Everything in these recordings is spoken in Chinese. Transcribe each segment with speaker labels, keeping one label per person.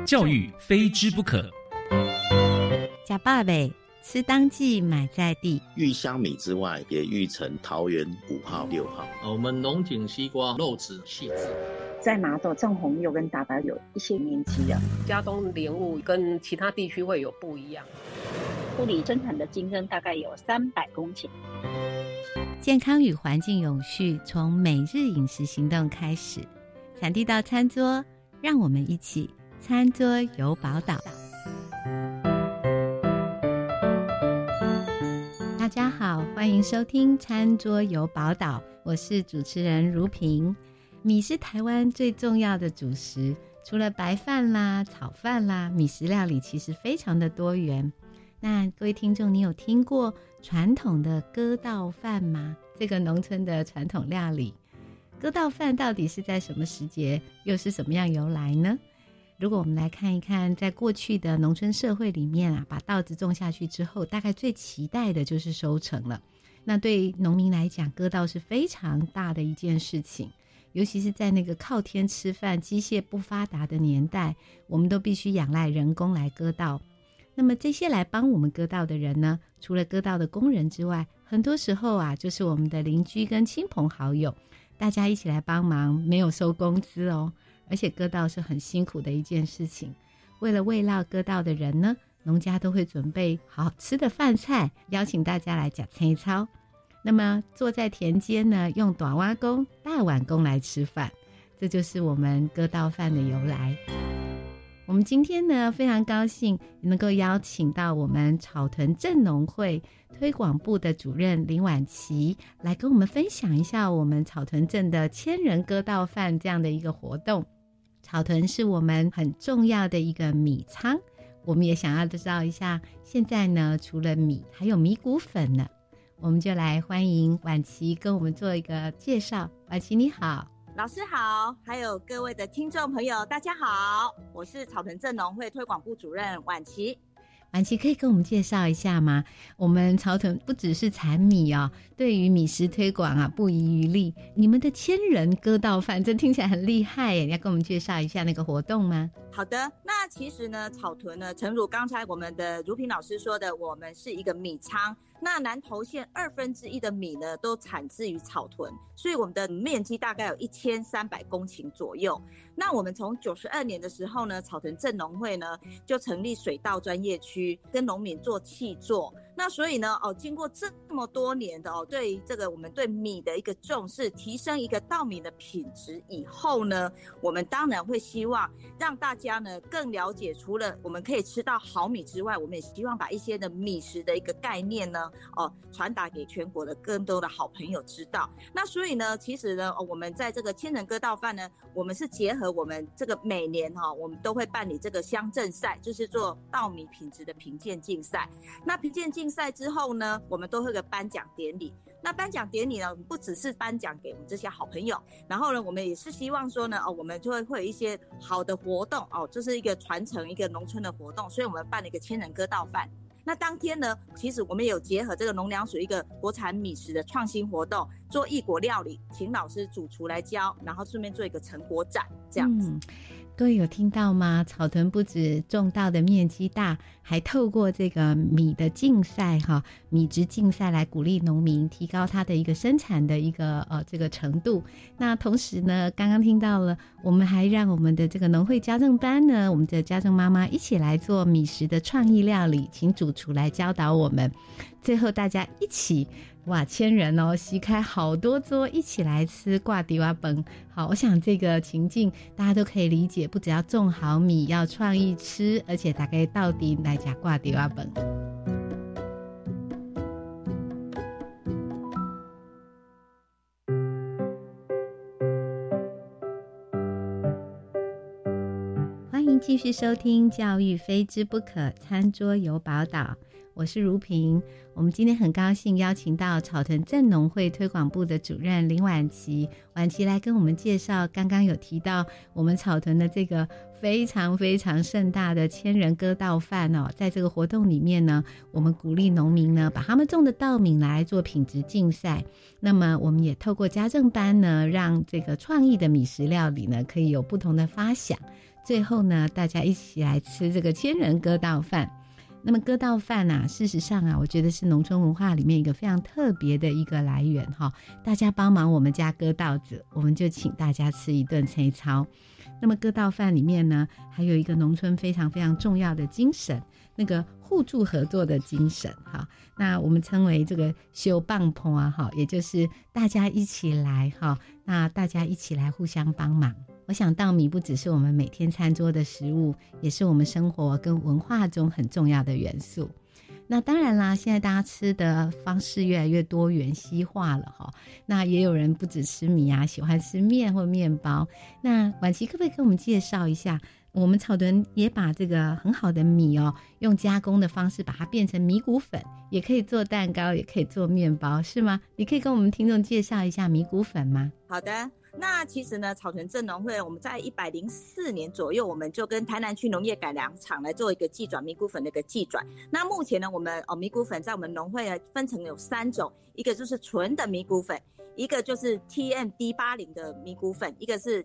Speaker 1: 教育非知不可。
Speaker 2: 假爸贝吃当季买在地，
Speaker 3: 育香米之外，也育成桃园5号、6号。
Speaker 4: 我们龙井西瓜肉质细致，
Speaker 5: 在麻豆种红柚跟大白有一些面积啊。
Speaker 6: 佳冬莲雾跟其他地区会有不一样。
Speaker 5: 埔里生产的金针大概有300公顷。
Speaker 2: 健康与环境永续从每日饮食行动开始，产地到餐桌，让我们一起餐桌游宝岛。大家好，欢迎收听餐桌游宝岛，我是主持人如萍。米是台湾最重要的主食，除了白饭啦、炒饭啦，米食料理其实非常的多元。那各位听众，你有听过传统的割稻饭吗？这个农村的传统料理，割稻饭到底是在什么时节，又是什么样由来呢？如果我们来看一看，在过去的农村社会里面啊，把稻子种下去之后，大概最期待的就是收成了。那对农民来讲，割稻是非常大的一件事情，尤其是在那个靠天吃饭、机械不发达的年代，我们都必须仰赖人工来割稻。那么这些来帮我们割稻的人呢，除了割稻的工人之外，很多时候啊，就是我们的邻居跟亲朋好友，大家一起来帮忙，没有收工资哦。而且割稻是很辛苦的一件事情，为了慰劳割稻的人呢，农家都会准备好吃的饭菜，邀请大家来吃青草。那么坐在田间呢，用短碗公、大碗公来吃饭，这就是我们割稻饭的由来。我们今天呢，非常高兴能够邀请到我们草屯镇农会推广部的主任林婉琪来跟我们分享一下我们草屯镇的千人割稻饭这样的一个活动。草屯是我们很重要的一个米仓，我们也想要知道一下，现在呢除了米还有米谷粉呢，我们就来欢迎婉琪跟我们做一个介绍。婉琪你好。
Speaker 7: 老师好，还有各位的听众朋友大家好，我是草屯镇农会推广部主任婉琪。
Speaker 2: 婉琪可以跟我们介绍一下吗？我们草屯不只是产米哦，对于米食推广啊不遗余力。你们的千人割稻饭，这听起来很厉害耶，你要跟我们介绍一下那个活动吗？
Speaker 7: 好的，那其实呢，草屯呢，诚如刚才我们的如萍老师说的，我们是一个米仓。那南投县1/2的米呢，都产自于草屯，所以我们的面积大概有1300公顷左右。那我们从92年的时候呢，草屯镇农会呢就成立水稻专业区，跟农民做契作。那所以呢，经过这么多年的对于这个我们对米的一个重视，提升一个稻米的品质以后呢，我们当然会希望让大家呢更了解，除了我们可以吃到好米之外，我们也希望把一些的米食的一个概念呢传达给全国的更多的好朋友知道。那所以呢，其实呢，我们在这个千人割稻饭呢，我们是结合我们这个每年我们都会办理这个乡镇赛，就是做稻米品质的评鉴竞赛。那评鉴竞赛之后呢，我们都会有个颁奖典礼。那颁奖典礼呢，不只是颁奖给我们这些好朋友，然后呢，我们也是希望说呢，我们就会有一些好的活动这是一个传承一个农村的活动，所以我们办了一个千人割稻饭。那当天呢，其实我们也有结合这个农粮署一个国产米食的创新活动，做异国料理，请老师主厨来教，然后顺便做一个成果展，这样子。
Speaker 2: 各位有听到吗？草屯不止种稻的面积大，还透过这个米的竞赛米质竞赛来鼓励农民提高他的一个生产的一个这个程度。那同时呢，刚刚听到了，我们还让我们的这个农会家政班呢，我们的家政妈妈一起来做米食的创意料理，请主厨来教导我们。最后大家一起千人席开好多桌，一起来吃挂地瓜饭。好，我想这个情境大家都可以理解，不只要种好米，要创意吃，而且大家到底来吃挂地瓜饭。欢迎继续收听教育非知不可，餐桌游宝岛，我是如萍。我们今天很高兴邀请到草屯镇农会推广部的主任林婉琪，婉琪来跟我们介绍刚刚有提到我们草屯的这个非常非常盛大的千人割稻饭在这个活动里面呢，我们鼓励农民呢把他们种的稻米来做品质竞赛。那么我们也透过家政班呢，让这个创意的米食料理呢可以有不同的发想。 最后呢，大家一起来吃这个千人割稻饭。那么割稻饭啊，事实上啊，我觉得是农村文化里面一个非常特别的一个来源哈。大家帮忙我们家割稻子，我们就请大家吃一顿炊操。那么割稻饭里面呢，还有一个农村非常非常重要的精神，那个互助合作的精神哈。那我们称为这个修棒坡啊哈，也就是大家一起来哈，那大家一起来互相帮忙。我想稻米不只是我们每天餐桌的食物，也是我们生活跟文化中很重要的元素。那当然啦，现在大家吃的方式越来越多元西化了哈。那也有人不只吃米啊，喜欢吃面或面包。那婉琪可不可以跟我们介绍一下，我们草屯也把这个很好的米哦，用加工的方式把它变成米谷粉，也可以做蛋糕，也可以做面包，是吗？你可以跟我们听众介绍一下米谷粉吗？
Speaker 7: 好的。那其实呢，草屯镇农会我们在104年左右，我们就跟台南区农业改良场来做一个技转米谷粉的一个技转。那目前呢，我们米谷粉在我们农会呢分成有3种，一个就是纯的米谷粉，一个就是 TMD80 的米谷粉，一个是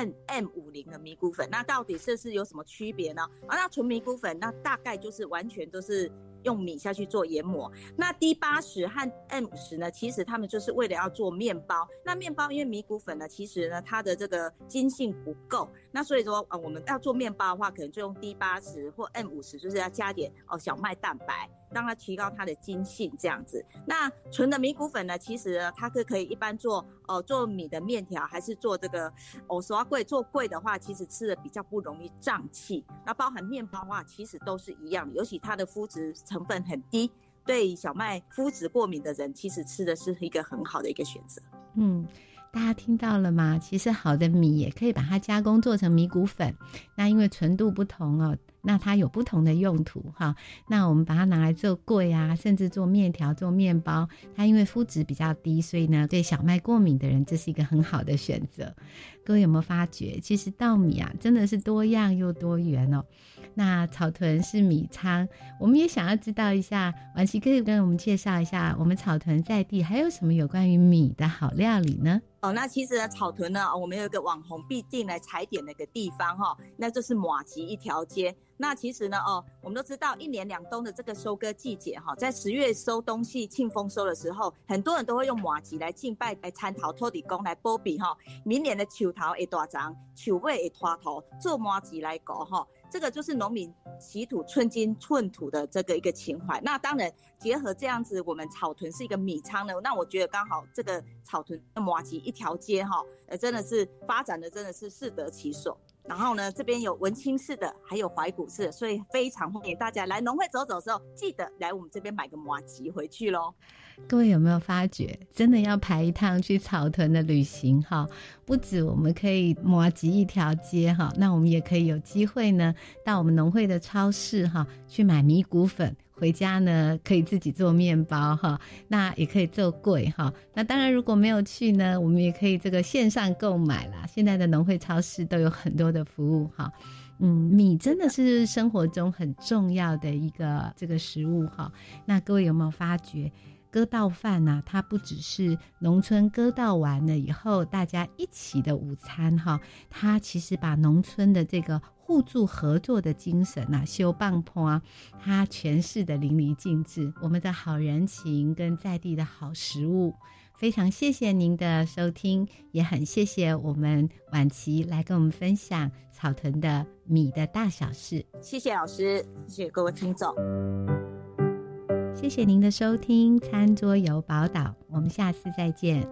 Speaker 7: TMM50 的米谷粉。那到底这是有什么区别呢？那纯米谷粉那大概就是完全都是用米下去做研磨。那 D80 和 M50 呢，其实他们就是为了要做面包。那面包因为米谷粉呢，其实呢它的这个筋性不够，那所以说我们要做面包的话，可能就用 D80 或 M50， 就是要加点小麦蛋白，让它提高它的筋性这样子。那纯的米谷粉呢，其实呢它可以一般做米的面条，还是做这个刷粿做粿的话，其实吃的比较不容易胀气。那包含面包的话，其实都是一样的，尤其它的麸质成分很低，对小麦麸质过敏的人，其实吃的是一个很好的一个选择。
Speaker 2: 大家听到了吗？其实好的米也可以把它加工做成米谷粉，那因为纯度不同哦，那它有不同的用途哈。那我们把它拿来做粿啊，甚至做面条、做面包，它因为麸质比较低，所以呢，对小麦过敏的人，这是一个很好的选择。各位有没有发觉，其实稻米啊，真的是多样又多元哦。那草屯是米仓，我们也想要知道一下，婉琪可以跟我们介绍一下，我们草屯在地还有什么有关于米的好料理呢？
Speaker 7: 那其实呢，草屯呢，我们有一个网红必定来踩点的一个地方哈，那就是麻糬一条街。那其实呢，我们都知道1年2冬的这个收割季节哈，在10月收冬季庆丰收的时候，很多人都会用麻糬来敬拜，来参头土地公来保庇哈，明年的树头会大长，树尾会拖头，做麻糬来搞哈。这个就是农民惜土寸金寸土的这个一个情怀。那当然结合这样子，我们草屯是一个米仓呢，那我觉得刚好这个草屯的麻糬一条街哈，真的是发展的真的是适得其所。然后呢，这边有文青式的，还有怀古式的，所以非常欢迎大家来农会走走的时候，记得来我们这边买个麻糬回去咯。
Speaker 2: 各位有没有发觉，真的要排一趟去草屯的旅行哈？不止我们可以麻糬一条街哈，那我们也可以有机会呢，到我们农会的超市哈，去买米谷粉。回家呢可以自己做面包哈，那也可以做粿哈。那当然如果没有去呢，我们也可以这个线上购买啦。现在的农会超市都有很多的服务哈。米真的是生活中很重要的一个这个食物哈。那各位有没有发觉？割稻饭啊，它不只是农村割稻完了以后大家一起的午餐哈，它其实把农村的这个互助合作的精神啊，修棒坡啊，它诠释的淋漓尽致。我们的好人情跟在地的好食物，非常谢谢您的收听，也很谢谢我们婉琪来跟我们分享草屯的米的大小事。
Speaker 7: 谢谢老师，谢谢各位听众。
Speaker 2: 谢谢您的收听，餐桌游宝岛，我们下次再见。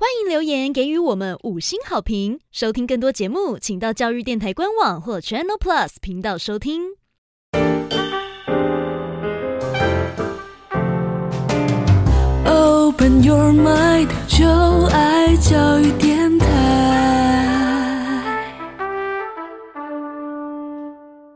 Speaker 8: 迎留言给予我们5星好评。收听更多节目，请到教育电台官网或 Channel Plus 频道收听。
Speaker 9: Open your mind， 就爱教育电台。